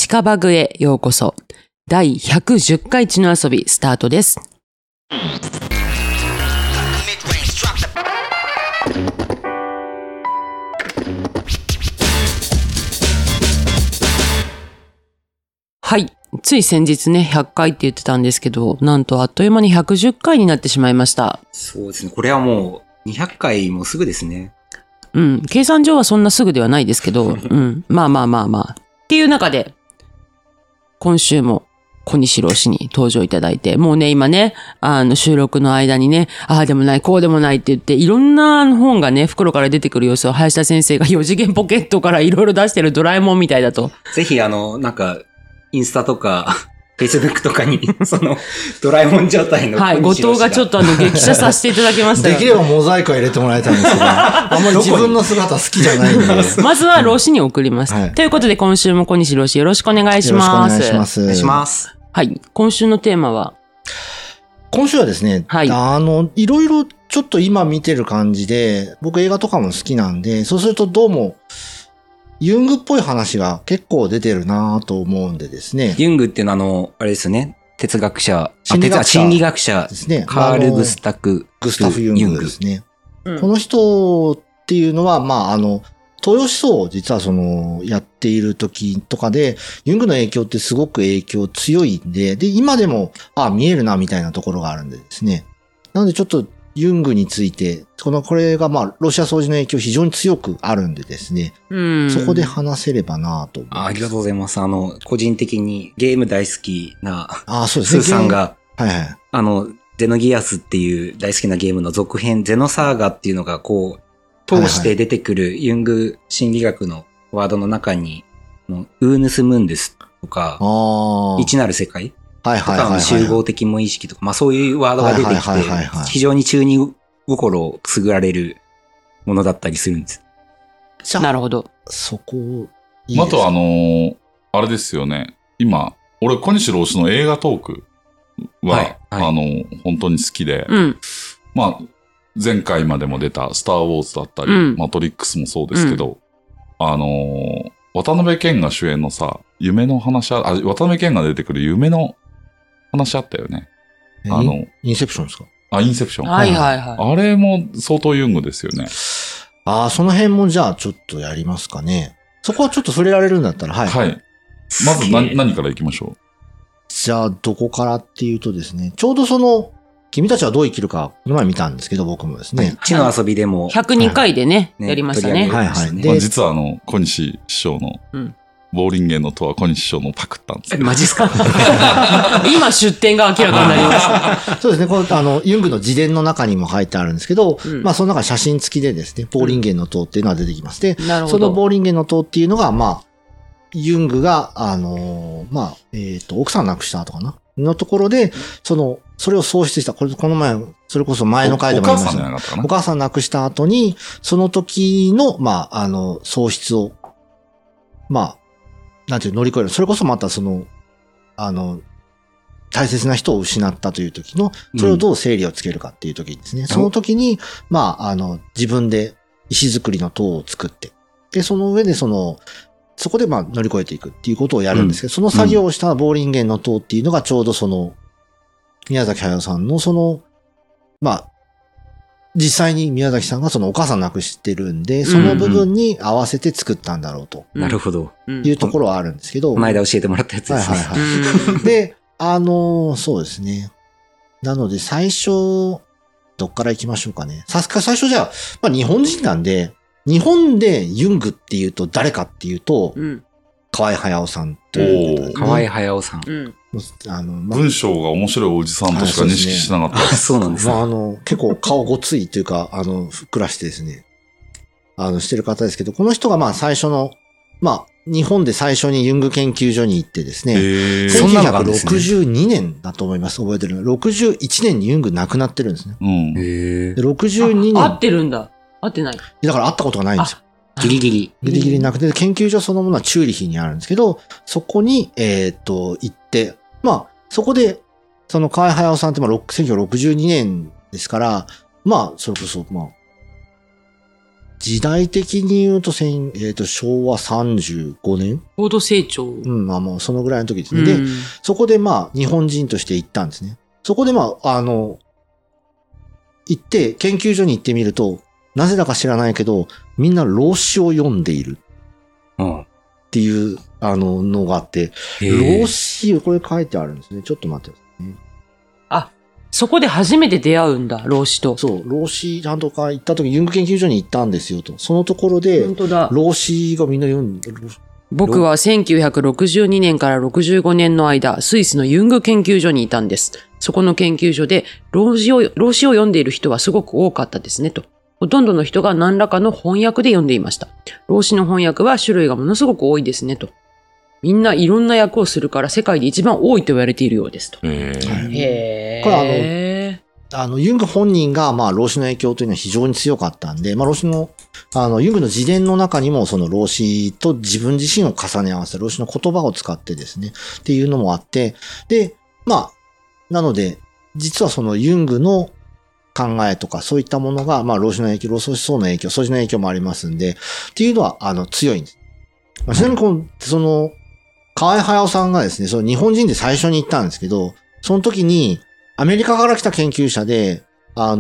カバグへようこそ。第110回地の遊びスタートです。はい。つい先日ね、100回って言ってたんですけど、なんとあっという間に110回になってしまいました。 そうですね。これはもう200回もすぐですね。 うん。計算上はそんなすぐではないですけど、うん。まあ。っていう中で、今週も小西郎氏に登場いただいて、もうね、今ね、収録の間にね、ああでもない、こうでもないって言って、いろんな本がね、袋から出てくる様子を林田先生が4次元ポケットからいろいろ出してるドラえもんみたいだと。 ぜひなんか、インスタとか、フェイスブックとかに、ドラえもん状態の。 はい、後藤がちょっと激写させていただきました。 できればモザイクは入れてもらいたいんですけど、あんまり自分の姿好きじゃないんで。 まずは老子に送ります。はい、ということで今週も小西老子よろしくお願いします。 よろしくお願いします。 お願いします。 はい、今週のテーマは今週はですね、はい、いろいろちょっと今見てる感じで、僕映画とかも好きなんで、そうするとどうも、ユングっぽい話が結構出てるなと思うんでですね。 ユングっていうのはあれですよね。哲学者、 心理学者ですね。カール・グスタフ・ユングですね。この人っていうのは、東洋思想を実はやっている時とかで、ユングの影響ってすごく影響強いんで、今でも、見えるなみたいなところがあるんでですね。なのでちょっと、ユングについて、これがロシア掃除の影響非常に強くあるんでですね。そこで話せればなと思います。 ありがとうございます。個人的にゲーム大好きな、 そうですね。 スーさんが、 はいはい。 ゼノギアスっていう大好きなゲームの続編、ゼノサーガっていうのが通して出てくるユング心理学のワードの中に、ウーヌス・ムンデスとか、一なる世界とかの集合的無意識とか、そういうワードが出てきて、非常に中二心をくすぐられるものだったりするんです。 なるほど。 そこ、 あとあれですよね。今、俺、小西老師の映画トークは、本当に好きで、前回までも出たスター・ウォーズだったり、マトリックスもそうですけど、渡辺謙が主演のさ、夢の話渡辺謙が出てくる夢の話あったよね。 インセプションですか？ インセプション。 はい。 あれも相当ユングですよね。 その辺もじゃあちょっとやりますかね。そこはちょっと触れられるんだったら、はい。 はい。まず何から行きましょう？ じゃあ、どこからっていうとですね、ちょうど君たちはどう生きるか、この前見たんですけど、僕もですね。 地の遊びでも。 102回でね、やりましたね。 で、 実は小西師匠の、ボーリンゲンのとは小西師匠のパクったんですよ。 マジっすか？ 今出典が明らかになりました。 そうですね。ユングの自伝の中にも書いてあるんですけど、その中写真付きでですね、ボーリンゲンの塔っていうのが出てきます。で、そのボーリンゲンの塔っていうのが、ユングが、奥さん亡くした後かなのところで、それを喪失した。この前、それこそ前の回でも言いました。お母さん亡くした後に、その時の、喪失を、乗り越える。それこそまた大切な人を失ったという時の、それをどう整理をつけるかっていう時にですね。その時に、自分で石造りの塔を作って、で、その上でそこで乗り越えていくっていうことをやるんですけど、その作業をしたボーリンゲンの塔っていうのがちょうど宮崎駿さんの実際に宮崎さんがお母さん亡くしてるんで、その部分に合わせて作ったんだろうと。 なるほど。 いうところはあるんですけど。 前で教えてもらったやつですね。 で、そうですね。なので最初、どっから行きましょうかね。最初じゃあ、日本人なんで、日本でユングっていうと誰かっていうと、河合隼さんということですね。 河合隼さん。 文章が面白いおじさんとしか認識しなかった。 そうなんですね。 結構顔ごついというか、ふっくらしてですね、してる方ですけど、この人が最初の、日本で最初にユング研究所に行ってですね、1962年だと思います。覚えてるの。61年にユング亡くなってるんですね。62年。 合ってるんだ。合ってない。 だから会ったことがないんですよ。 ギリギリなくて、研究所そのものはチューリヒにあるんですけど、そこに、行って、そこで、河合隼さんって1962年ですから、それこそ、 時代的に言うと、昭和35年高度成長。 まあそのぐらいの時ですね。で、そこで日本人として行ったんですね。そこで行って研究所に行ってみると、なぜだか知らないけど、みんな老子を読んでいる。っていう、のがあって、老子、これ書いてあるんですね。ちょっと待ってくださいね。 あ、そこで初めて出会うんだ、老子と。 そう、老子ちゃんと行った時、ユング研究所に行ったんですよと。そのところで、老子がみんな読んでる。 僕は1962年から65年の間、スイスのユング研究所にいたんです。そこの研究所で、老子を読んでいる人はすごく多かったですねと。ほとんどの人が何らかの翻訳で読んでいました。老子の翻訳は種類がものすごく多いですねと。みんないろんな訳をするから世界で一番多いと言われているようですと。へー。 これユング本人が老子の影響というのは非常に強かったんで、老子の、ユングの自伝の中にもその老子と自分自身を重ね合わせた老子の言葉を使ってですね、っていうのもあって、で、なので、実はそのユングの考えとかそういったものが、老子の影響、老子思想の影響、掃除の影響もありますんで、っていうのは、強いんです。ちなみに河合隼さんがですね、その日本人で最初に行ったんですけど、その時に、アメリカから来た研究者で、が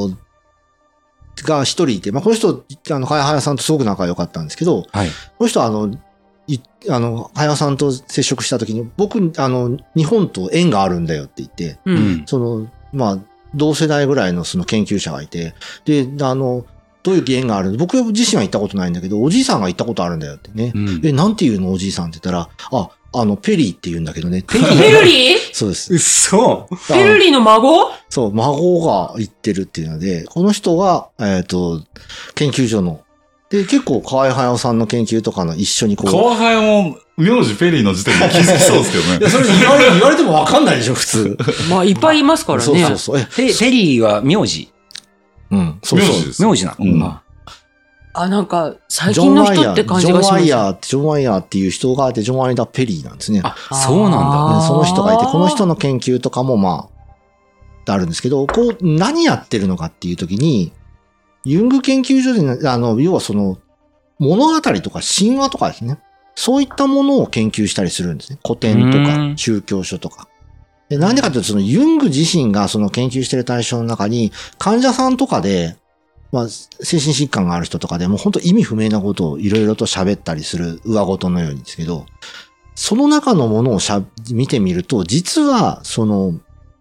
一人いて、この人、河合隼さんとすごく仲良かったんですけど、この人は隼さんと接触した時に、僕、日本と縁があるんだよって言って、同世代ぐらいのその研究者がいて、で、どういう縁があるの？僕自身は行ったことないんだけど、おじいさんが行ったことあるんだよってね。なんて言うのおじいさんって言ったら、ペリーって言うんだけどね。 ペルリーそうです。 嘘。 ペルリーの孫？ そう、孫が行ってるっていうので、この人が、研究所の、で、結構河合隼さんの研究とかの一緒に河合隼も、名字ペリーの時点で気づきそうですけどね。 いや、それ言われてもわかんないでしょ、普通。 いっぱいいますからね。 そう。ペリーは名字。 そうそう。 名字なの。 なんか、最近の人って感じがします。 ジョン・ワイヤーっていう人がいて、ジョン・ワイダー・ペリーなんですね。 そうなんだ。 その人がいて、この人の研究とかもあるんですけど、何やってるのかっていう時に、ユング研究所で、要はその、物語とか神話とかですね。そういったものを研究したりするんですね。古典とか、宗教書とか。で、なんでかというと、そのユング自身がその研究している対象の中に、患者さんとかで、精神疾患がある人とかでも本当意味不明なことをいろいろと喋ったりする上事のようにですけど、その中のものを見てみると、実は、その、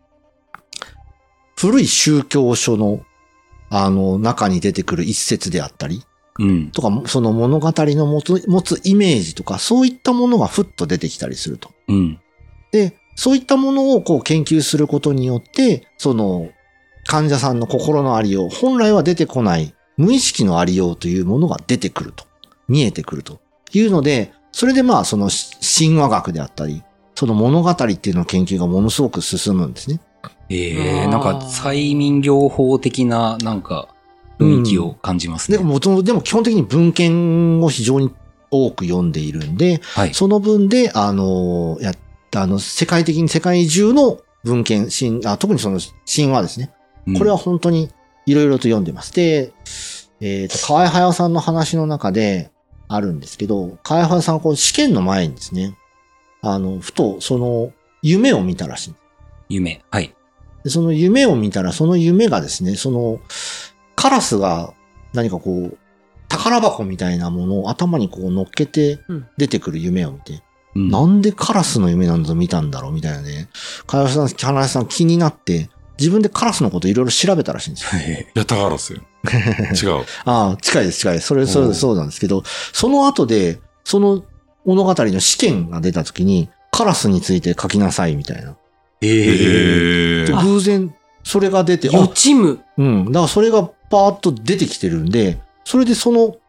古い宗教書の、中に出てくる一節であったり、とか、その物語の持つイメージとか、そういったものがふっと出てきたりすると。で、そういったものを研究することによって、その、患者さんの心のありよう、本来は出てこない無意識のありようというものが出てくると。見えてくるというので、それでその神話学であったり、その物語っていうの研究がものすごく進むんですね。 なんか催眠療法的な雰囲気を感じますね。 でも基本的に文献を非常に多く読んでいるんで、その分で、世界的に世界中の文献、特にその神話ですね。これは本当にいろいろと読んでます。で、河合隼さんの話の中であるんですけど、河合隼さんは試験の前にですね、ふとその夢を見たらしい。 夢。はい。 でその夢を見たら、その夢がですね、そのカラスが何か宝箱みたいなものを頭に乗っけて出てくる夢を見て、なんでカラスの夢なんだと見たんだろうみたいなね、河合さん気になって、自分でカラスのこといろいろ調べたらしいんですよ。 ヤタガラスよ。違う。 近いです。そうなんですけど、その後で、その物語の試験が出た時に、カラスについて書きなさいみたいな。偶然、それが出て、 予知夢。 だからそれがパーッと出てきてるんで、それでその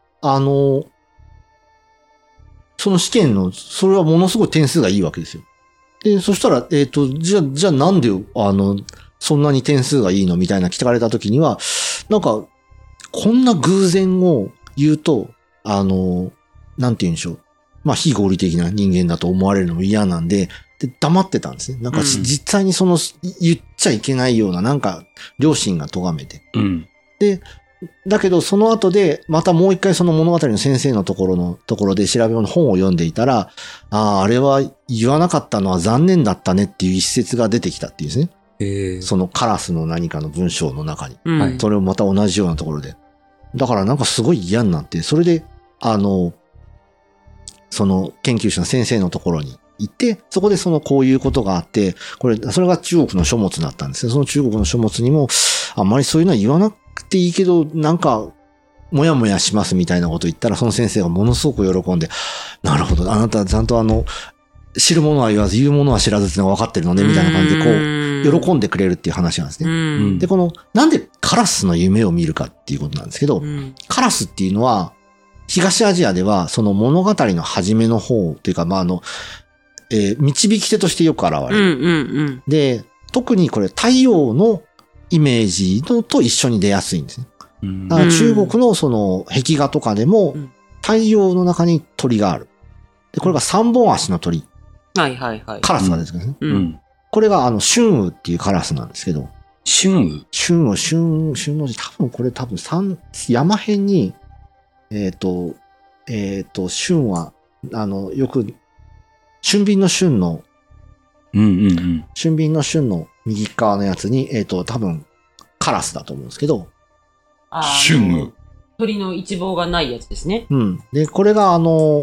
試験の、それはものすごい点数がいいわけですよ。で、そしたら、じゃあなんで、そんなに点数がいいのみたいな聞かれた時には、こんな偶然を言うと、なんて言うんでしょう。非合理的な人間だと思われるのも嫌なんで、黙ってたんですね。実際に言っちゃいけないような、良心が咎めて。で、 だけど、その後で、またもう一回その物語の先生のところで調べ物の本を読んでいたら、あれは言わなかったのは残念だったねっていう一節が出てきたっていうんですね。そのカラスの何かの文章の中に。それをまた同じようなところで。だからなんかすごい嫌になって、それで、その研究者の先生のところに行って、そこでこういうことがあって、それが中国の書物だったんですね。その中国の書物にも、あんまりそういうのは言わなくていいけど、なんか、もやもやしますみたいなこと言ったら、その先生がものすごく喜んで、なるほど、あなたはちゃんと知るものは言わず、言うものは知らずっていうのが分かってるのね、みたいな感じで、喜んでくれるっていう話なんですね。で、なんでカラスの夢を見るかっていうことなんですけど、カラスっていうのは、東アジアでは、その物語の初めの方というか、導き手としてよく現れる。で、特にこれ太陽のイメージと一緒に出やすいんですね。だから中国のその壁画とかでも、太陽の中に鳥がある。で、これが三本足の鳥。カラスがですね。これが春雨っていうカラスなんですけど。 春雨春の字、多分山辺に、春は、よく、春分の春の、春分の春の右側のやつに、多分、カラスだと思うんですけど。 春雨。 鳥の一望がないやつですね。 で、これが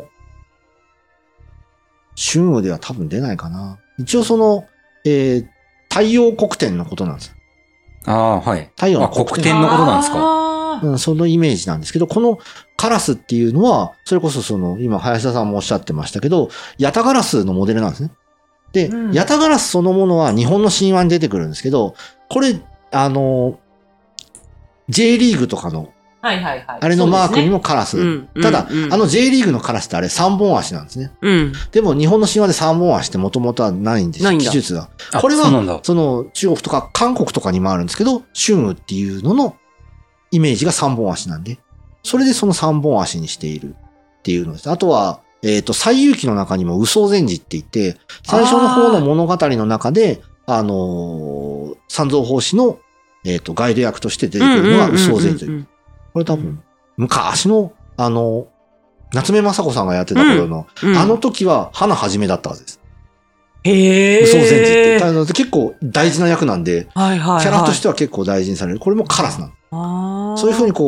春雨では多分出ないかな。一応太陽黒点のことなんです。 はい。 太陽の黒点のことなんですか。 そのイメージなんですけど、このカラスっていうのは、それこそ今、林田さんもおっしゃってましたけど、ヤタガラスのモデルなんですね。で、ヤタガラスそのものは日本の神話に出てくるんですけど、これ、J リーグとかの、あれのマークにもカラス。ただ、J リーグのカラスってあれ3本足なんですね。でも日本の神話で3本足ってもともとはないんですよ、技術が。これは、中国とか韓国とかにもあるんですけど、春雨っていうののイメージが3本足なんで、それでその3本足にしているっていうのです。あとは、西遊記の中にも嘘禅師って言って、最初の方の物語の中で、三蔵法師の、ガイド役として出てくるのが嘘禅師。これ多分、昔の、夏目雅子さんがやってた頃の、あの時は花はじめだったはずです。嘘禅師って。結構大事な役なんで、キャラとしては結構大事にされる。これもカラスなの。そういうふうに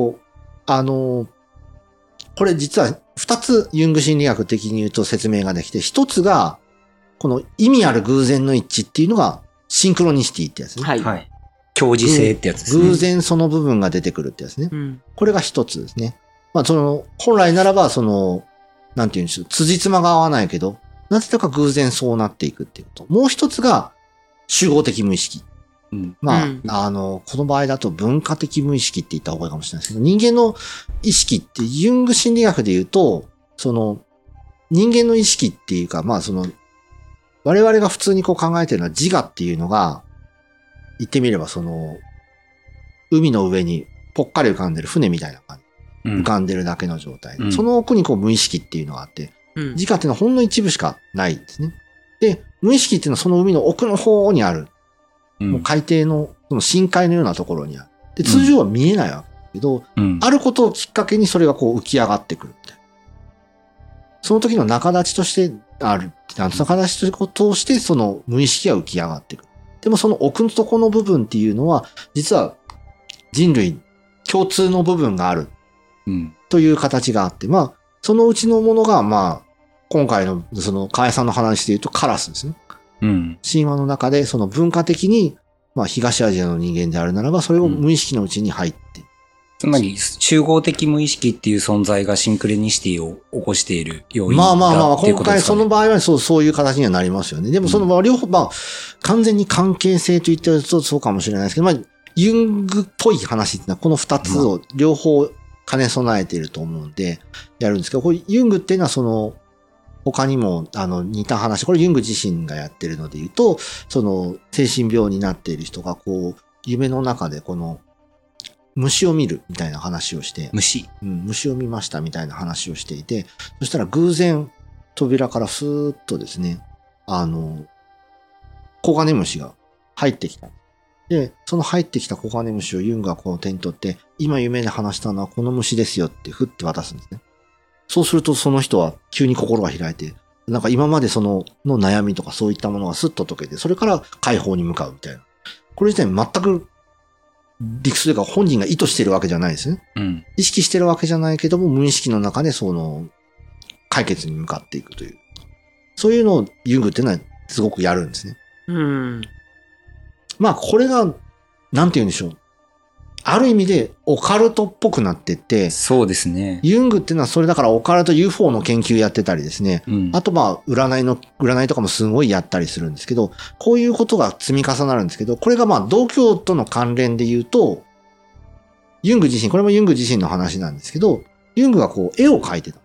これ実は2つユング心理学的に言うと説明ができて、1つが、この意味ある偶然の一致っていうのがシンクロニシティってやつね。 はい。共時性ってやつですね。 偶然その部分が出てくるってやつね。これが1つですね。本来ならば、なんていうんでしょう、辻褄が合わないけど、なぜか偶然そうなっていくっていうこと。もう1つが集合的無意識。この場合だと文化的無意識って言った方がいいかもしれないですけど、人間の意識ってユング心理学で言うと、人間の意識っていうか、我々が普通に考えてるのは自我っていうのが、言ってみれば海の上にぽっかり浮かんでる船みたいな感じ。浮かんでるだけの状態。その奥に無意識っていうのがあって、自我っていうのはほんの一部しかないんですね。で、無意識っていうのはその海の奥の方にある。もう海底の、深海のようなところにある。で、通常は見えないわけだけど、あることをきっかけにそれが浮き上がってくるみたいな。その時の仲立ちとしてある。仲立ちと通してその無意識が浮き上がってくる。でもその奥のとこの部分っていうのは、実は人類共通の部分がある。という形があって、そのうちのものが、今回の河合さんの話で言うとカラスですね。神話の中でその文化的に、東アジアの人間であるならば、それを無意識のうちに入って。 つまり、集合的無意識っていう存在がシンクロニシティを起こしている要因だっていうことですかね。 今回その場合はそういう形にはなりますよね。でも両方、完全に関係性と言ってるとそうかもしれないですけど、ユングっぽい話っていうのはこの2つを両方兼ね備えていると思うんで、やるんですけど、これユングっていうのは他にも、似た話、これユング自身がやってるので言うと、精神病になっている人が、夢の中で虫を見るみたいな話をして、虫を見ましたみたいな話をしていて、そしたら偶然、扉からスーッとですね、コガネムシが入ってきた。 で、その入ってきたコガネムシをユングがこう手に取って、今夢で話したのはこの虫ですよってふって渡すんですね。そうするとその人は急に心が開いて、なんか今までの悩みとかそういったものがスッと解けて、それから解放に向かうみたいな。これ自体全く理屈というか本人が意図してるわけじゃないですね。 うん。 意識してるわけじゃないけども、無意識の中で解決に向かっていくという。そういうのをユングっていうのはすごくやるんですね。 うん。 まあこれが、なんて言うんでしょう。ある意味でオカルトっぽくなってって、 そうですね。 ユングっていうのはそれだからオカルト UFO の研究やってたりですね。 うん。 あとまあ占いとかもすごいやったりするんですけど、こういうことが積み重なるんですけど、これがまあ道教との関連で言うと、ユング自身、これもユング自身の話なんですけど、ユングがこう絵を描いてた。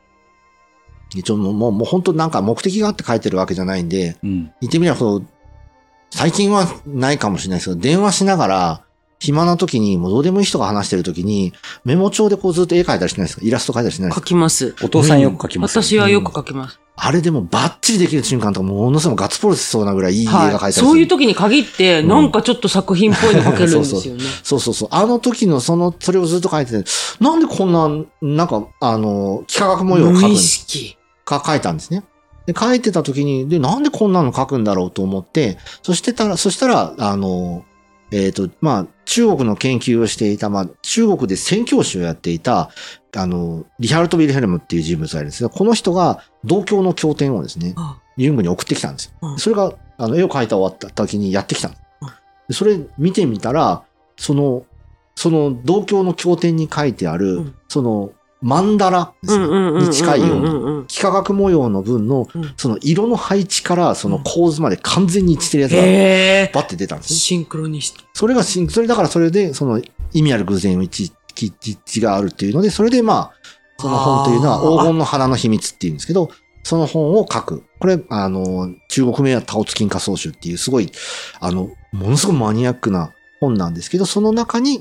もう本当なんか目的があって描いてるわけじゃないんで、 うん。 言ってみれば最近はないかもしれないですけど、電話しながら、暇な時に、もうどうでもいい人が話してる時に、メモ帳でこうずっと絵描いたりしないですか？イラスト描いたりしないです書か？ きます。 お父さんよく書きますよね。 私はよく書きます。 あれでもバッチリできる瞬間とかものすごいガッツポーズしそうなぐらいいい絵が描いたりする。 そういう時に限って、なんかちょっと作品っぽいの書けるんですよね。 そう。あの時のそれをずっと書いてて、なんでこんな、なんか、幾何学模様を無意識。 書いたんですね。で、書いてた時に、で、なんでこんなの書くんだろうと思って、そしたら、まあ、中国の研究をしていた、まあ、中国で宣教師をやっていた、リハルト・ヴィルヘルムっていう人物がいるんですが、この人が道教の経典をですね、ユングに送ってきたんですよ。それが、絵を描いた終わった時にやってきたんです。でそれ見てみたら、その道教の経典に書いてある、マンダラですねに近いような、幾何学模様の分の、その色の配置からその構図まで完全に一致してるやつがバッて出たんですね。 シンクロニシティ。 それで、その意味ある偶然一致があるっていうので、それでまあ、その本というのは黄金の花の秘密っていうんですけど、その本を書く。これ、中国名はタオツキンカ総集っていうすごい、ものすごくマニアックな本なんですけど、その中に、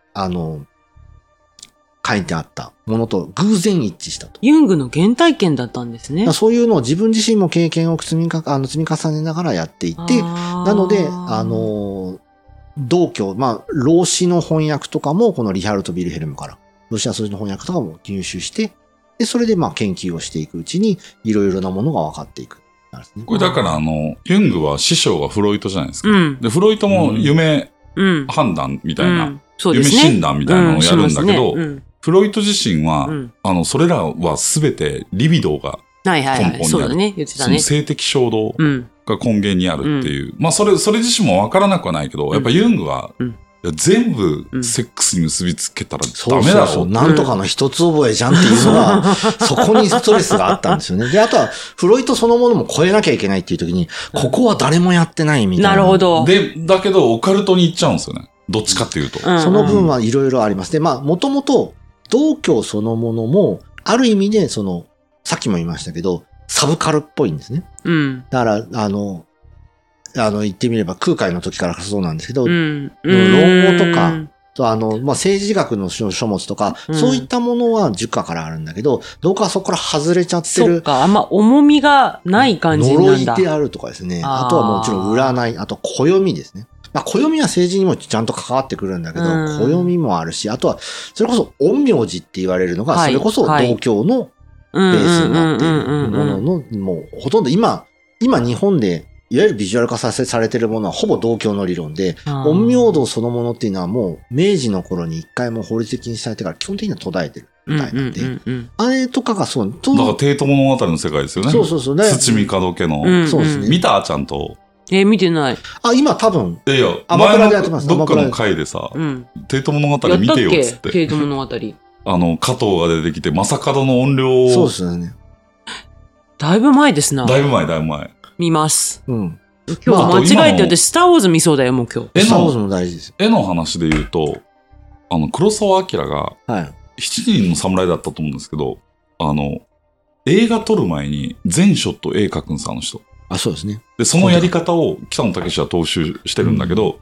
書いてあったものと偶然一致したと。 ユングの原体験だったんですね。 そういうのを自分自身も経験を積み重ねながらやっていって、なので、道教、まあ、老子の翻訳とかも、このリハルト・ヴィルヘルムから、ロシア数字の翻訳とかも入手して、で、それでまあ研究をしていくうちに、いろいろなものが分かっていく。 これだからユングは師匠がフロイトじゃないですか。で、フロイトも夢判断みたいな、夢診断みたいなのをやるんだけど、フロイト自身は、それらはすべてリビドーが根本にある。 そうだね、言ってたね。 性的衝動が根源にあるっていう。まあ、それ自身もわからなくはないけど、やっぱユングは、全部セックスに結びつけたらダメだろう。 なんとかの一つ覚えじゃんっていうのが、そこにストレスがあったんですよね。で、あとは、フロイトそのものも超えなきゃいけないっていう時に、ここは誰もやってないみたいな。 なるほど。 だけど、オカルトに行っちゃうんですよね。どっちかっていうと。 その分はいろいろあります。で、まあ、もともと、道教そのものも、ある意味で、さっきも言いましたけど、サブカルっぽいんですね。だから、言ってみれば空海の時からそうなんですけど、論語とか、まあ、政治学の書物とか、そういったものは儒家からあるんだけど、道家はそこから外れちゃってる。 そっか、あんま重みがない感じなんだ。 呪いであるとかですね。あとはもちろん占い、あと暦ですね。まあ、暦は政治にもちゃんと関わってくるんだけど、暦もあるし、あとは、それこそ陰陽師って言われるのが、それこそ道教のベースになっているものの、もうほとんど今日本で、いわゆるビジュアル化されているものはほぼ道教の理論で、陰陽道そのものっていうのはもう明治の頃に一回も法律的にされてから基本的には途絶えてるみたいなんで、あれとかがそう。だから帝都物語の世界ですよね。 そう。 土見門家の。 そうですね。 見たちゃんと。 見てない。 今多分。 いや、前のどっかの回でさ、帝都物語見てよっつって。 帝都物語。 加藤が出てきて、正門の音量を。 そうですね。 だいぶ前ですな。 だいぶ前。 見ます。 今日間違えて私、スターウォーズ見そうだよ、もう今日。 スターウォーズも大事です。 絵の話で言うと、黒澤明が、7人の侍だったと思うんですけど、映画撮る前に全ショット絵描くんです、あの人。 そうですね。 で、そのやり方を北野武は踏襲してるんだけど、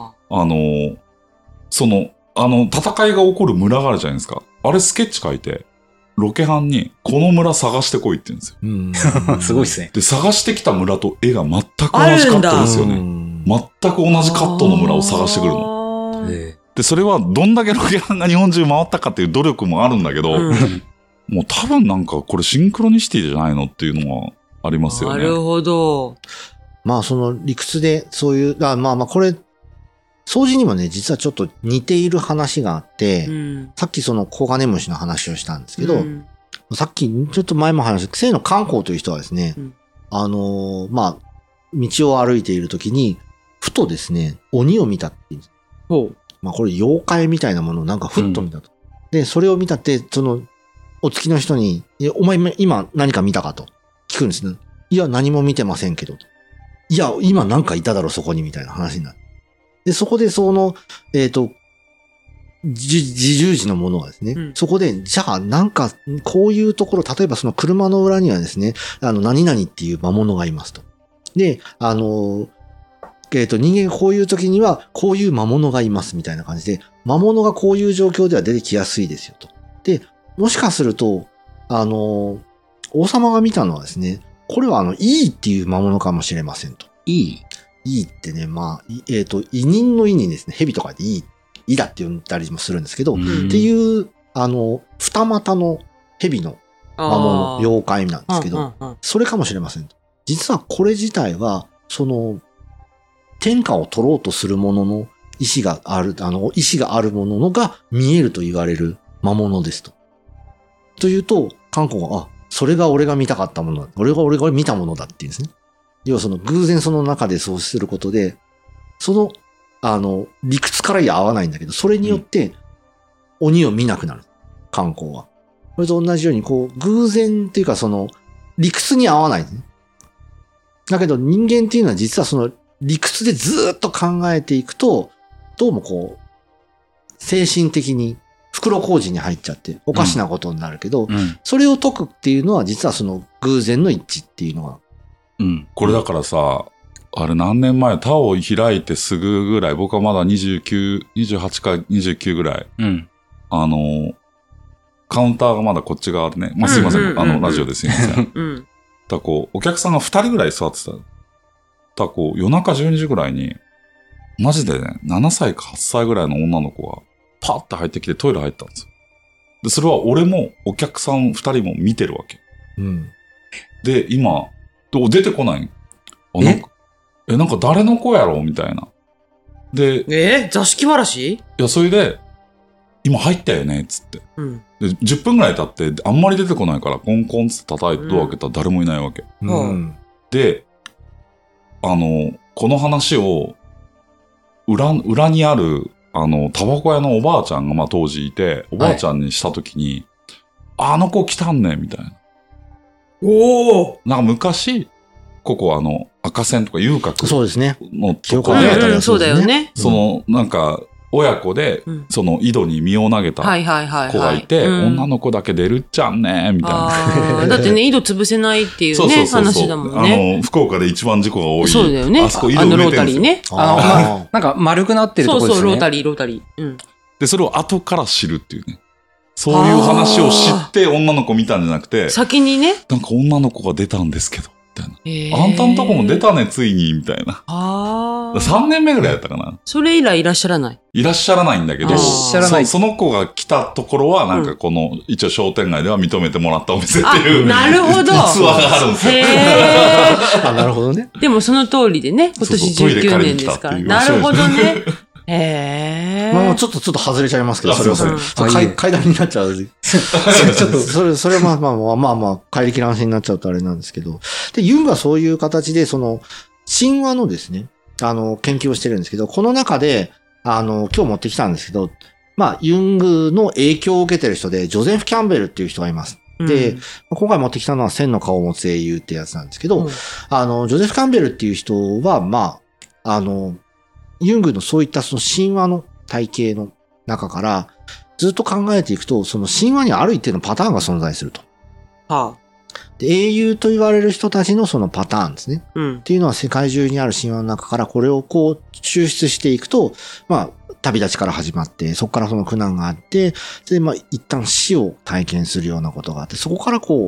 戦いが起こる村があるじゃないですか。あれスケッチ描いて、ロケハンに、この村探してこいって言うんですよ。 すごいですね。 で、探してきた村と絵が全く同じかったんですよね。 全く同じカットの村を探してくるの。で、それはどんだけロケハンが日本中回ったかっていう努力もあるんだけど、もう多分なんかこれシンクロニシティじゃないのっていうのはありますよね。 なるほど。 まあその理屈でそういう、まあこれ、掃除にもね、実はちょっと似ている話があって、さっきそのコガネムシの話をしたんですけど、さっきちょっと前も話した、清野観光という人はですね、まあ、道を歩いているときに、ふとですね、鬼を見たって言うんです。まあこれ妖怪みたいなものをなんかふっと見たと。で、それを見たって、その、お付きの人に、お前今何か見たかと聞くんですね。いや、何も見てませんけど。いや、今なんかいただろ、そこにみたいな話になる。で、そこでその、自重時のものがですね、そこで、じゃあなんか、こういうところ、例えばその車の裏にはですね、何々っていう魔物がいますと。で、人間がこういう時には、こういう魔物がいますみたいな感じで、魔物がこういう状況では出てきやすいですよと。で、もしかすると、王様が見たのはですね、これはいいっていう魔物かもしれませんと。いいってね、まあ、委任の意にですね、蛇とかでいいだって呼んだりもするんですけど、っていう、二股の蛇の魔物、妖怪なんですけど、それかもしれませんと。実はこれ自体は、その、天下を取ろうとするものの意志がある、意志があるものが見えると言われる魔物ですと。というと、韓国が、それが俺が見たかったものだ。俺が見たものだっていうんですね。要はその偶然その中でそうすることで、その、理屈から合わないんだけど、それによって、鬼を見なくなる。観光は。これと同じように、こう、偶然っていうかその、理屈に合わないんですね。だけど人間っていうのは実はその、理屈でずーっと考えていくと、どうもこう、精神的に袋小路に入っちゃっておかしなことになるけど、それを解くっていうのは実はその偶然の一致っていうのが。 これだからさ、あれ何年前、他を開いてすぐぐらい、僕はまだ28か29ぐらい、カウンターがまだこっち側でね、まあ、すいません、ラジオですいません。だこう、お客さんが2人ぐらい座ってた。だこう、夜中12時ぐらいに、マジでね、7歳か8歳ぐらいの女の子が、パッて入ってきてトイレ入ったんですよ。で、それは俺もお客さん2人も見てるわけ。で、今、出てこない。なんか誰の子やろみたいな。で、 座敷わらし？ いや、それで、今入ったよねつって。で、10分ぐらい経って、あんまり出てこないから、コンコンって叩いてドア開けたら誰もいないわけ。で、この話を、裏にある、タバコ屋のおばあちゃんがまあ当時いて、おばあちゃんにしたときに、あの子来たんねみたいな。なんか昔、ここ赤線とか遊郭そうですね。 のとこで、 そうだよね。 なんか、親子で、その井戸に身を投げた子がいて、女の子だけ出るっちゃんねみたいな。 だってね、井戸潰せないっていうね、話だもんね。 福岡で一番事故が多い。 そうだよね。 あそこ井戸埋めてるんですよ。 ロータリーね。 なんか丸くなってるとこですね。 そう、ロータリー。 で、それを後から知るっていうね。そういう話を知って女の子見たんじゃなくて、 先にね。 なんか女の子が出たんですけど、みたいな。あんたんとこも出たね、ついに、みたいな。3年目ぐらいやったかな。 それ以来いらっしゃらない。 いらっしゃらないんだけど、その子が来たところは、なんかこの、一応商店街では認めてもらったお店っていう、 なるほど。 ツアーがあるんですよ。 なるほどね。 でもその通りでね、今年19年ですから。なるほどね。 まあちょっと外れちゃいますけど、それはそれ。階段になっちゃう。ちょっと、それはまあ、怪力乱心になっちゃうとあれなんですけど。で、ユングはそういう形で、その、神話のですね、研究をしてるんですけど、この中で、今日持ってきたんですけど、まあ、ユングの影響を受けてる人で、ジョゼフ・キャンベルっていう人がいます。で、今回持ってきたのは千の顔を持つ英雄ってやつなんですけど、ジョゼフ・キャンベルっていう人は、まあ、ユングのそういったその神話の体系の中から、ずっと考えていくと、その神話にある一定のパターンが存在すると。で、英雄と言われる人たちのそのパターンですね。っていうのは世界中にある神話の中からこれをこう抽出していくと、まあ、旅立ちから始まって、そこからその苦難があって、で、まあ、一旦死を体験するようなことがあって、そこからこう、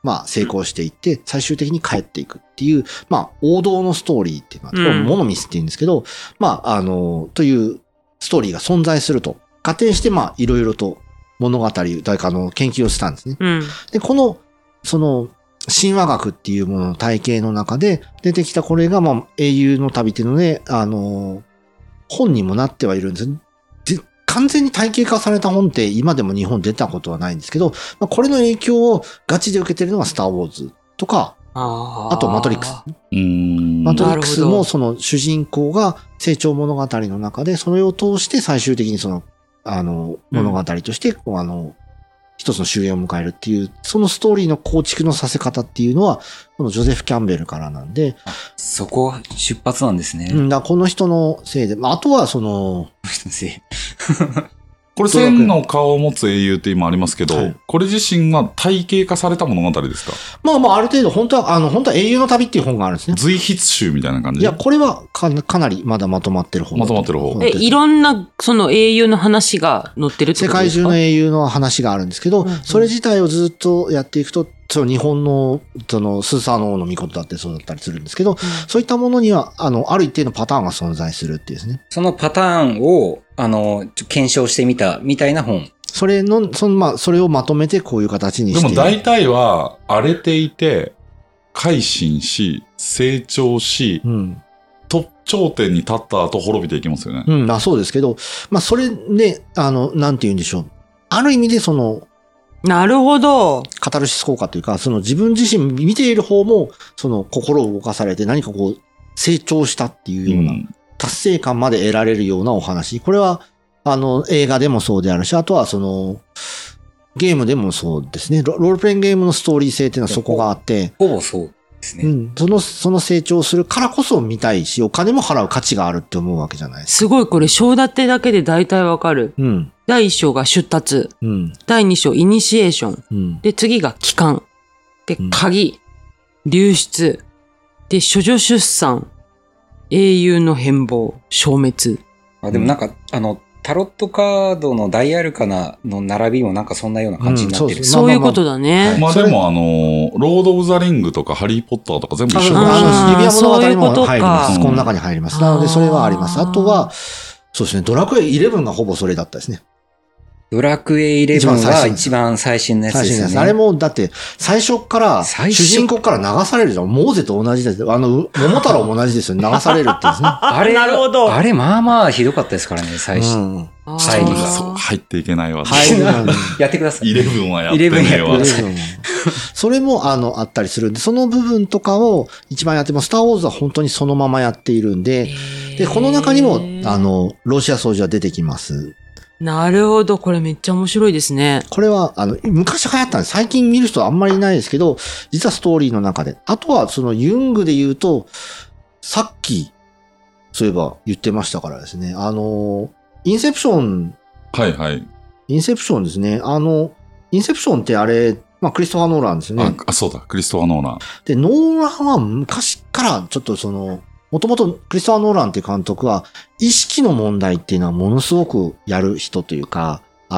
まあ成功していって、最終的に帰っていくっていう、まあ王道のストーリーっていうのは、モノミスって言うんですけど、まあというストーリーが存在すると、仮定して、まあいろいろと物語、誰か研究をしたんですね。で、この、神話学っていうものの体系の中で出てきたこれが、まあ英雄の旅っていうので、本にもなってはいるんです。完全に体系化された本って今でも日本出たことはないんですけど、まあ、これの影響をガチで受けてるのがスター・ウォーズとか、あとマトリックス。マトリックスもその主人公が成長物語の中で、それを通して最終的に物語として、一つの終焉を迎えるっていう、そのストーリーの構築のさせ方っていうのは、このジョゼフ・キャンベルからなんで。 そこ出発なんですね。 この人のせいで、あとはこの人のせい。 これ、千の顔を持つ英雄って今ありますけど、はい、これ自身は体系化された物語ですか？ まあ、ある程度、本当は英雄の旅っていう本があるんですね。 随筆集みたいな感じ？ いや、これはかなりまだまとまってる本。 まとまってる方。 いろんな、英雄の話が載ってるってことですか？ 世界中の英雄の話があるんですけど、それ自体をずっとやっていくと、日本の、スーサーの王の御事だってそうだったりするんですけど、そういったものには、ある一定のパターンが存在するっていうですね。 そのパターンを、検証してみた、みたいな本。 それをまとめてこういう形にして。 でも大体は、荒れていて、改心し、成長し、頂点に立った後滅びていきますよね。 そうですけど、それで、なんて言うんでしょう。ある意味でなるほど。 カタルシス効果というか、自分自身見ている方も、心を動かされて何か成長したっていうような、達成感まで得られるようなお話。これは、映画でもそうであるし、あとはゲームでもそうですね。ロールプレイングゲームのストーリー性っていうのはそこがあって、 ほぼそうですね。 その成長するからこそ見たいし、お金も払う価値があるって思うわけじゃないですか。 すごい、これ、章立てだけで大体わかる。第1章が出立。第2章、イニシエーション。で、次が帰還。で、鍵。流出。で、処女出産。英雄の変貌。消滅。 でもなんか、タロットカードの大アルカナの並びもなんかそんなような感じになってる。 そういうことだね。 まあでもロード・オブ・ザ・リングとかハリー・ポッターとか全部一緒指輪物語も入ります。この中に入ります。なのでそれはあります。あとは、そうですね、ドラクエ11がほぼそれだったですね。 ドラクエ11が一番最新のやつですよね。 あれも、だって、最初から、主人公から流されるじゃん。モーゼと同じです。桃太郎も同じですよ。流されるってですね。 あれ、なるほど。あれ、まあまあひどかったですからね、最初。 入りが。入っていけないわ。 やってください。 11はやってねえわ。 それも、あったりするんで、その部分とかを一番やっても、スターウォーズは本当にそのままやっているんで、で、この中にも、ロシア掃除は出てきます。 なるほど。これめっちゃ面白いですね。 これは、昔流行ったんです。最近見る人はあんまりいないですけど、実はストーリーの中で。あとは、ユングで言うと、さっき、そういえば言ってましたからですね。インセプション。 はいはい。 インセプションですね。インセプションってあれ、クリストファー・ノーランですね。 そうだ。クリストファー・ノーラン。 で、ノーランは昔からちょっともともとクリストファー・ノーランっていう監督は、意識の問題っていうのはものすごくやる人というか、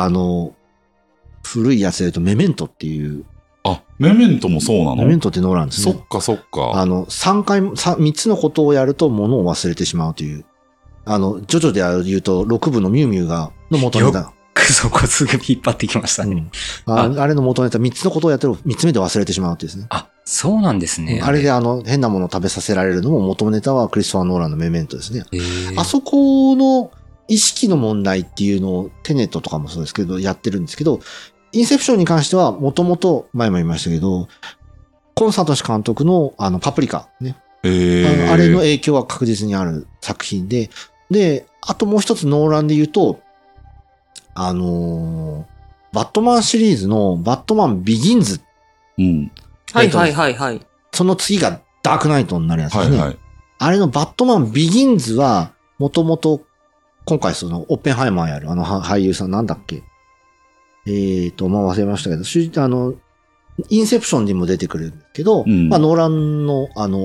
古いやつで言うとメメントっていう。 メメントもそうなの？ メメントってノーランですね。 そっかそっか。 3つのことをやると物を忘れてしまうという。ジョジョで言うと6部のミュウミュウの元ネタ。 そこすぐ引っ張ってきましたね。 あれの元ネタ3つのことをやってる3つ目で忘れてしまうってですね。 そうなんですね。 あれで変なものを食べさせられるのも元ネタはクリストファー・ノーランのメメントですね。あそこの意識の問題っていうのをテネットとかもそうですけどやってるんですけど、インセプションに関してはもともと前も言いましたけど、コンサートシ監督のパプリカね。あれの影響は確実にある作品で、あともう一つノーランで言うと、バットマンシリーズのバットマンビギンズ。 はいはいはいはい。 その次がダークナイトになるやつですね。 はいはい。 あれのバットマンビギンズは、もともと、今回オッペンハイマーやる俳優さんなんだっけ忘れましたけど、インセプションにも出てくるんですけど、ノーランの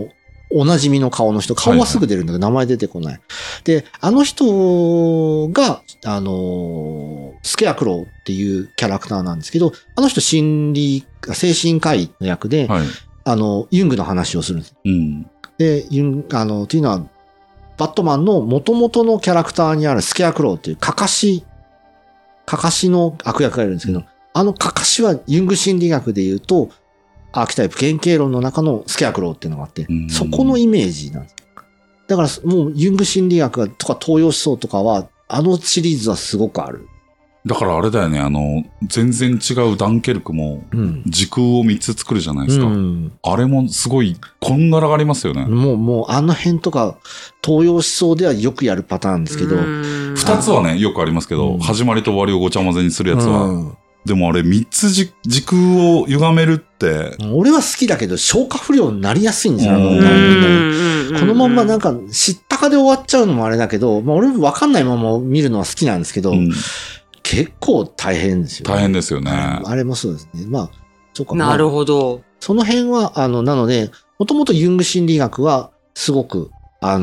おなじみの顔の人、顔はすぐ出るんだけど、名前出てこない。で、あの人が、スケアクローっていうキャラクターなんですけど、あの人精神科医の役で、ユングの話をするんです。で、っていうのは、バットマンの元々のキャラクターにあるスケアクローっていうカカシの悪役がいるんですけど、カカシはユング心理学で言うと、アーキタイプ原型論の中のスケアクローっていうのがあって、そこのイメージなんです。だからもうユング心理学とか東洋思想とかは、シリーズはすごくある。 だからあれだよね、全然違うダンケルクも、時空を3つ作るじゃないですか。あれもすごい、こんがらがりますよね。 もうあの辺とか、東洋思想ではよくやるパターンですけど。 2つはね、よくありますけど、始まりと終わりをごちゃ混ぜにするやつは、でもあれ3つ時空を歪めるって。 俺は好きだけど消化不良になりやすいんですよ。このまんまなんか知ったかで終わっちゃうのもあれだけど、俺分かんないまま見るのは好きなんですけど、結構大変ですよね。 大変ですよね。 あれもそうですね。そうか。 なるほど。 その辺は、なので、もともとユング心理学はすごく、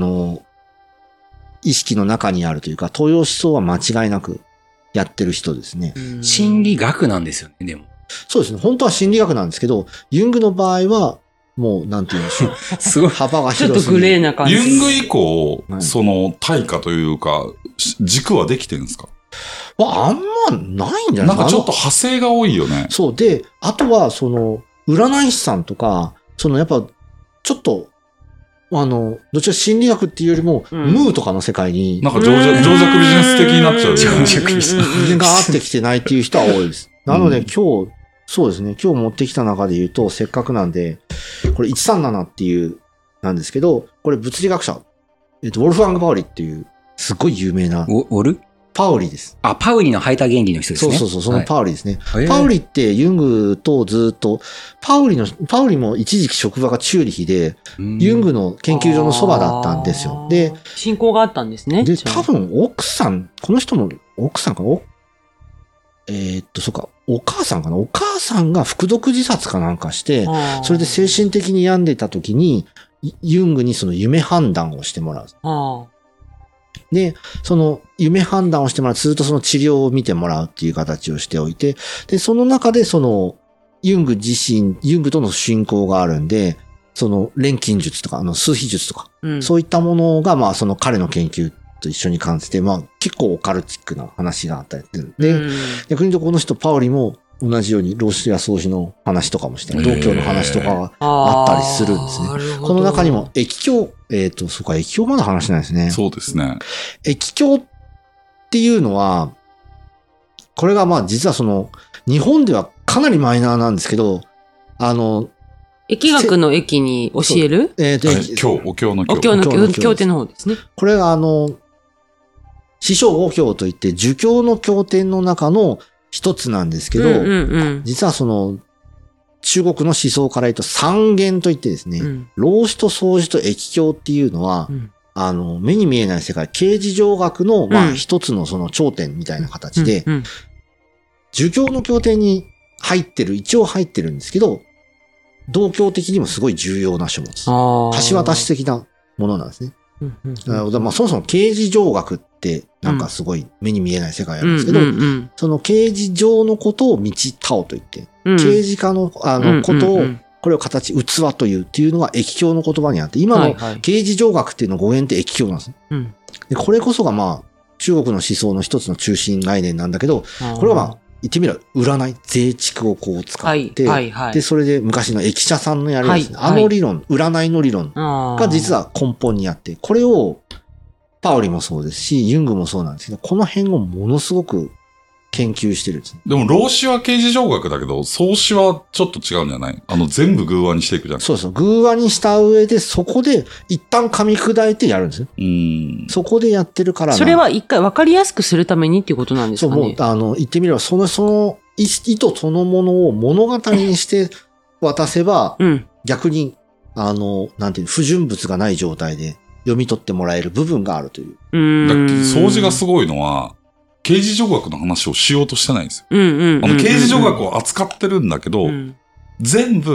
意識の中にあるというか、東洋思想は間違いなくやってる人ですね。 心理学なんですよね、でも。 そうですね。本当は心理学なんですけど、ユングの場合は、もう、なんて言うんでしょう。 すごい。 幅が広すぎる。 ちょっとグレーな感じ。 ユング以降、その、対価というか、軸はできてるんですか？ あんまないんじゃないですか。 なんかちょっと派生が多いよね。 そう。で、あとは、占い師さんとか、やっぱ、ちょっと、どちら心理学っていうよりも、ムーとかの世界に。 なんか情弱ビジネス的になっちゃう。 情弱ビジネス。 が合ってきてないっていう人は多いです。なので今日、そうですね、今日持ってきた中で言うと、せっかくなんで、これ137っていう、なんですけど、これ物理学者、ウォルフガング・パウリっていう、すごい有名な。 ウォルパウリです。 パウリの排他原理の人ですね。 そう、そのパウリですね。パウリってユングとずっと、パウリも一時期職場がチューリヒで、ユングの研究所のそばだったんですよ。で、 親交があったんですね。 で、多分奥さん、この人も奥さんかなそうか、お母さんかな、お母さんが服毒自殺かなんかして、それで精神的に病んでた時に、ユングにその夢判断をしてもらう。で、その夢判断をしてもらう、ずっとその治療を見てもらうっていう形をしておいて、で、その中でユングとの親交があるんで、錬金術とか、数秘術とか、そういったものが、その彼の研究と一緒に関して、結構オカルチックな話があったりする。で、逆に言うとこの人、パウリも同じように、老子や宗子の話とかもして、道教の話とかがあったりするんですね。この中にも、液境、そうか、液境まだ話してないですね。 そうですね。 液境っていうのは、これが実は日本ではかなりマイナーなんですけど、 疫学の疫に教える？ お経の経。 お経の経典の方ですね。 これが師匠五経といって、儒教の経典の中の一つなんですけど、実は中国の思想から言うと三元といってですね、老子と宗子と液境っていうのは、目に見えない世界、形而上学の、一つの頂点みたいな形で、儒教の経典に一応入ってるんですけど、道教的にもすごい重要な書物。橋渡し的なものなんですね。そもそも形而上学ってなんかすごい目に見えない世界あるんですけど、その形而上のことを道タオと言って、形而化のことを、これを形、器というっていうのが液境の言葉にあって、今の形而上学っていうの語源って液境なんですね。でこれこそが中国の思想の一つの中心概念なんだけど、これは言ってみれば占い、税畜を使って、で、それで昔の駅舎さんのやるやつ、理論、占いの理論が実は根本にあって、これをパウリもそうですし、ユングもそうなんですけど、この辺をものすごく研究してるんですね。 でも、老子は形而上学だけど、宗子はちょっと違うんじゃない？全部偶話にしていくじゃん。 そうそう。偶話にした上で、そこで一旦噛み砕いてやるんですよ。そこでやってるから。 それは一回分かりやすくするためにっていうことなんですかね。 そう、もう、言ってみれば、その意図そのものを物語にして渡せば、逆に、なんていう、不純物がない状態で読み取ってもらえる部分があるという。 宗子がすごいのは、形而上学の話をしようとしてないんですよ。形而上学を扱ってるんだけど、全部、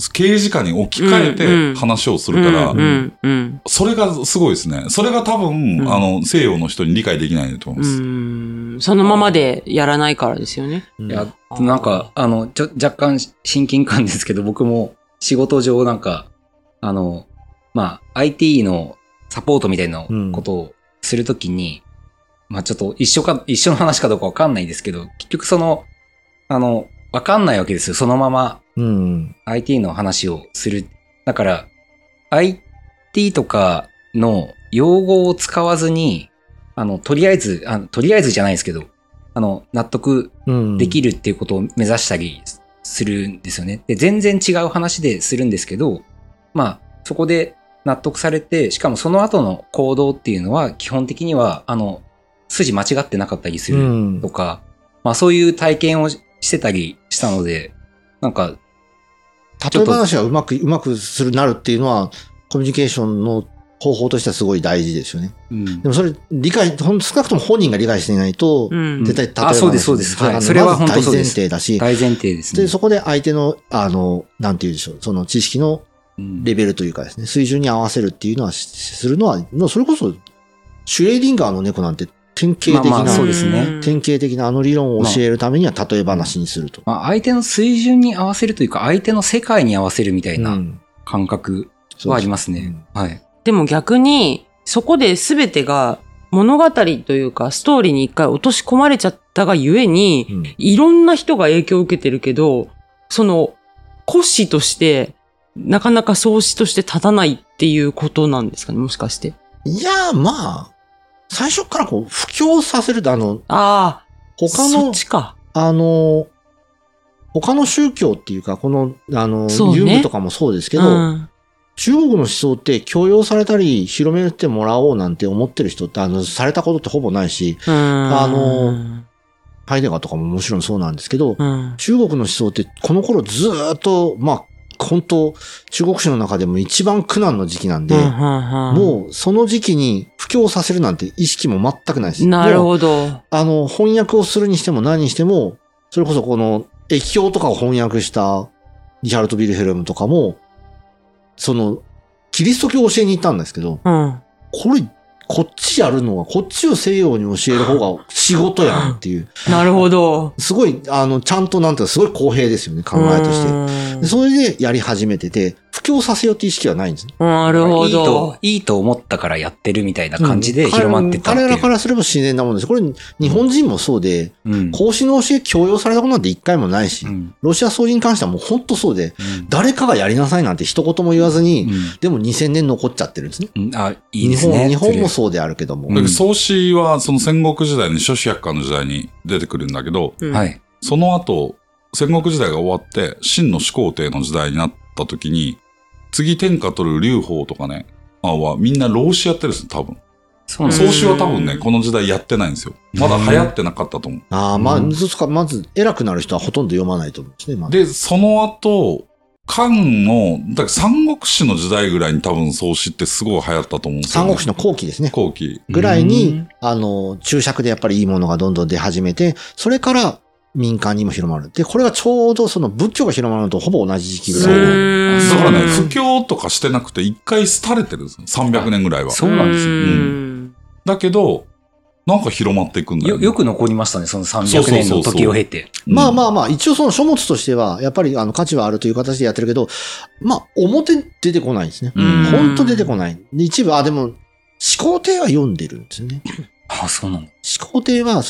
刑事課に置き換えて話をするから、それがすごいですね。それが多分、西洋の人に理解できないと思います。 そのままでやらないからですよね。 いや、なんか、若干親近感ですけど、僕も仕事上なんか、IT のサポートみたいなことをするときに、ちょっと一緒の話かどうかわかんないんですけど、結局わかんないわけですよ。そのまま、IT の話をする。だから、IT とかの用語を使わずに、とりあえずじゃないですけど、納得できるっていうことを目指したりするんですよね。で、全然違う話でするんですけど、そこで納得されて、しかもその後の行動っていうのは、基本的には、筋間違ってなかったりするとか、そういう体験をしてたりしたので、なんか、 例え話がうまくなるっていうのは、コミュニケーションの方法としてはすごい大事ですよね。でもそれ、少なくとも本人が理解していないと、絶対例え話。 そうです、そうです。はい。それは本当そうです。 大前提だし。 大前提ですね。 で、そこで相手の、なんて言うでしょう、その知識のレベルというかですね、水準に合わせるっていうのは、するのは、それこそ、シュレーディンガーの猫なんて、典型的な、 そうですね。 典型的な理論を教えるためには例え話にすると。 相手の水準に合わせるというか、相手の世界に合わせるみたいな感覚はありますね。はい。 でも逆に、そこで全てが物語というか、ストーリーに一回落とし込まれちゃったがゆえに、いろんな人が影響を受けてるけど、その、骨子として、なかなか創始として立たないっていうことなんですかね、もしかして。 いや、最初から布教させると、他の、 そっちか。 他の宗教っていうか、ユングとかもそうですけど、中国の思想って強要されたり、広めてもらおうなんて思ってる人って、されたことってほぼないし、ハイデガーとかももちろんそうなんですけど、中国の思想ってこの頃ずーっと、本当中国史の中でも一番苦難の時期なんで、もうその時期に布教させるなんて意識も全くないです。 なるほど。 翻訳をするにしても何にしても、それこそこの易経とかを翻訳したリヒャルト・ビルヘルムとかも、キリスト教を教えに行ったんですけど、こっちやるのは、こっちを西洋に教える方が仕事やんっていう。 なるほど。 すごい、ちゃんとなんていうか、すごい公平ですよね、考えとして。それでやり始めてて、布教させようっていう意識はないんですね。 なるほど。 いいと思ったからやってるみたいな感じで広まってたっていう。 彼らからすれば自然なものです。これ、日本人もそうで、孔子の教え強要されたことなんて一回もないし、ロシア総人に関してはもう本当そうで、誰かがやりなさいなんて一言も言わずに、でも2000年残っちゃってるんですね。 いいですね。 日本もそうであるけども。 創始はその戦国時代に諸子百科の時代に出てくるんだけど、その後、戦国時代が終わって、秦の始皇帝の時代になった時に、次天下取る劉邦とかね、はみんな老子やってるんですよ、多分。創始は多分ね、この時代やってないんですよ。まだ流行ってなかったと思う。 まず偉くなる人はほとんど読まないと思うんですね。 で、その後、漢の、だから三国志の時代ぐらいに多分創始ってすごい流行ったと思うんですよ、ね。 三国志の後期ですね。 後期。 ぐらいに、注釈でやっぱりいいものがどんどん出始めて、それから民間にも広まる。で、これがちょうどその仏教が広まるのとほぼ同じ時期ぐらい。 だからね、布教とかしてなくて一回廃れてるんですよ。300年ぐらいは。 そうなんですよ。 だけど、なんか広まっていくんだよね。 よく残りましたね、その300年の時を経て。 一応その書物としては、やっぱり価値はあるという形でやってるけど、表出てこないですね。本当出てこない。一部、でも、始皇帝は読んでるんですよね。 そうなんだ。 始皇帝は、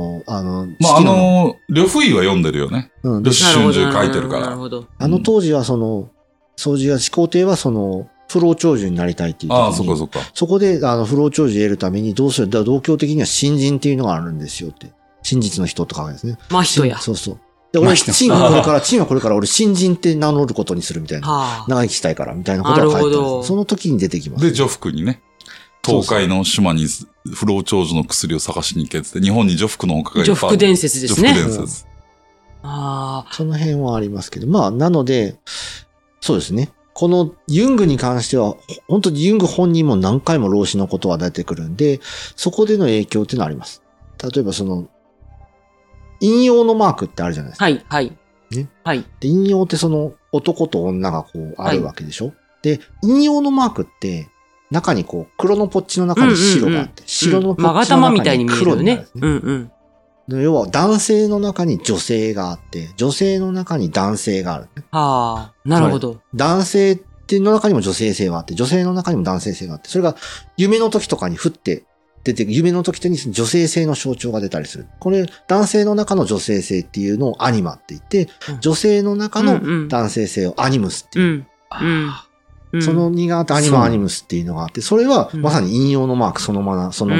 呂不韋は読んでるよね。呂氏春秋書いてるから。 当時は始皇帝は不老長寿になりたいっていう時に。そこで、不老長寿得るためにどうする道教的には新人っていうのがあるんですよって。真実の人とかですね。 真人や。 そうそう。で、俺、チンはこれから俺新人って名乗ることにするみたいな。長生きしたいからみたいなことが書いてある。その時に出てきます。 で、徐福にね。東海の島に不老長寿の薬を探しに行けって、日本に徐福の丘がいっぱいある。 徐福伝説ですね。 徐福伝説。 その辺はありますけど。なので、そうですね。このユングに関しては、本当にユング本人も何回も老子のことは出てくるんで、そこでの影響っていうのはあります。例えば引用のマークってあるじゃないですか。 はい、はい。 ね。はい。で、引用って男と女がこうあるわけでしょ、で、引用のマークって、中にこう、黒のポッチの中に白があって、白のポッチの中に黒になるんですね。要は男性の中に女性があって、女性の中に男性がある、ね。 はあ、なるほど。 男性っていうの中にも女性性があって、女性の中にも男性性があって、それが夢の時とかに降って出て、夢の時に女性性の象徴が出たりする。これ、男性の中の女性性っていうのをアニマって言って、女性の中の男性性をアニムスっていう。その2があってアニマアニムスっていうのがあって、それはまさに引用のマークそのものじゃない。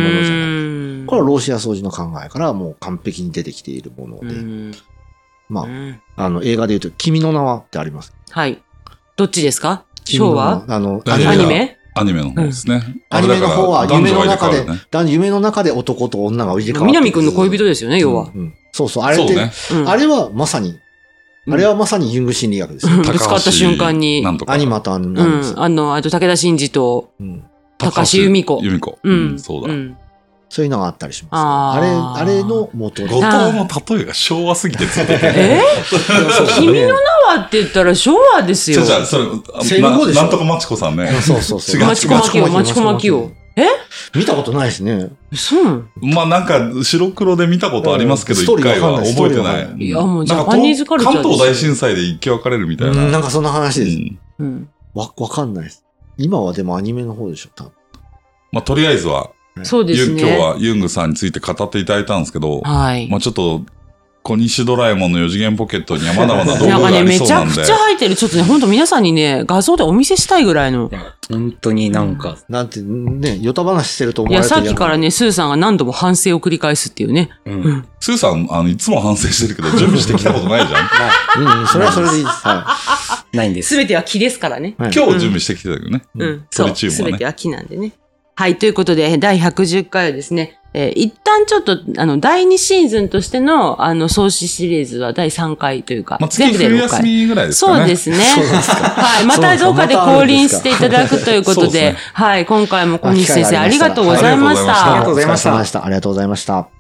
これはローシア掃除の考えからもう完璧に出てきているもので。まあ、映画で言うと、君の名はってあります。 はい。どっちですか？昭和？アニメ？ アニメの方ですね。 アニメの方は夢の中で、夢の中で男と女が入れ替わって。 南くんの恋人ですよね、要は。 そうそう。あれって、あれはまさに、ユング心理学ですよ。 ぶつかった瞬間に。 アニマとあと武田真治と、高橋由美子。 そうだ。 そういうのがあったりします。あれの元後藤の例えが昭和すぎてついてて。 君の名はって言ったら昭和ですよ。 戦後でしょ。 なんとかまちこさんね。 そう。 まちこまきよ。 見たことないですね。 そう。 まあなんか白黒で見たことありますけど、一回は覚えてない。 いやもうジャパニーズカルチャーです。 関東大震災で一気分かれるみたいな。 なんかそんな話です。わかんないです。今はでもアニメの方でしょ、多分。 まあとりあえずは、 そうですね。 今日はユングさんについて語っていただいたんですけど、まあちょっと、小西ドラえもんの4次元ポケットにはまだまだ動画がありそうなんで。 めちゃくちゃ入ってる。ちょっとね、本当皆さんにね、画像でお見せしたいぐらいの。 本当になんか。 なんてね、ヨタ話してると思われてる。いや、さっきからね、スーさんが何度も反省を繰り返すっていうね。 スーさん、いつも反省してるけど、準備してきたことないじゃん。 それはそれでいいです。 ないんです。 すべては木ですからね。 今日準備してきてたけどね。 そう。すべては木なんでね。はい。ということで、第110回はですね、一旦ちょっと、第2シーズンとしての、創始シリーズは第3回というか、 全部で6回。冬休みぐらいですかね。 そうですね。はい。またどっかで降臨していただくということで、はい。今回も小西先生ありがとうございました。 ありがとうございました。ありがとうございました。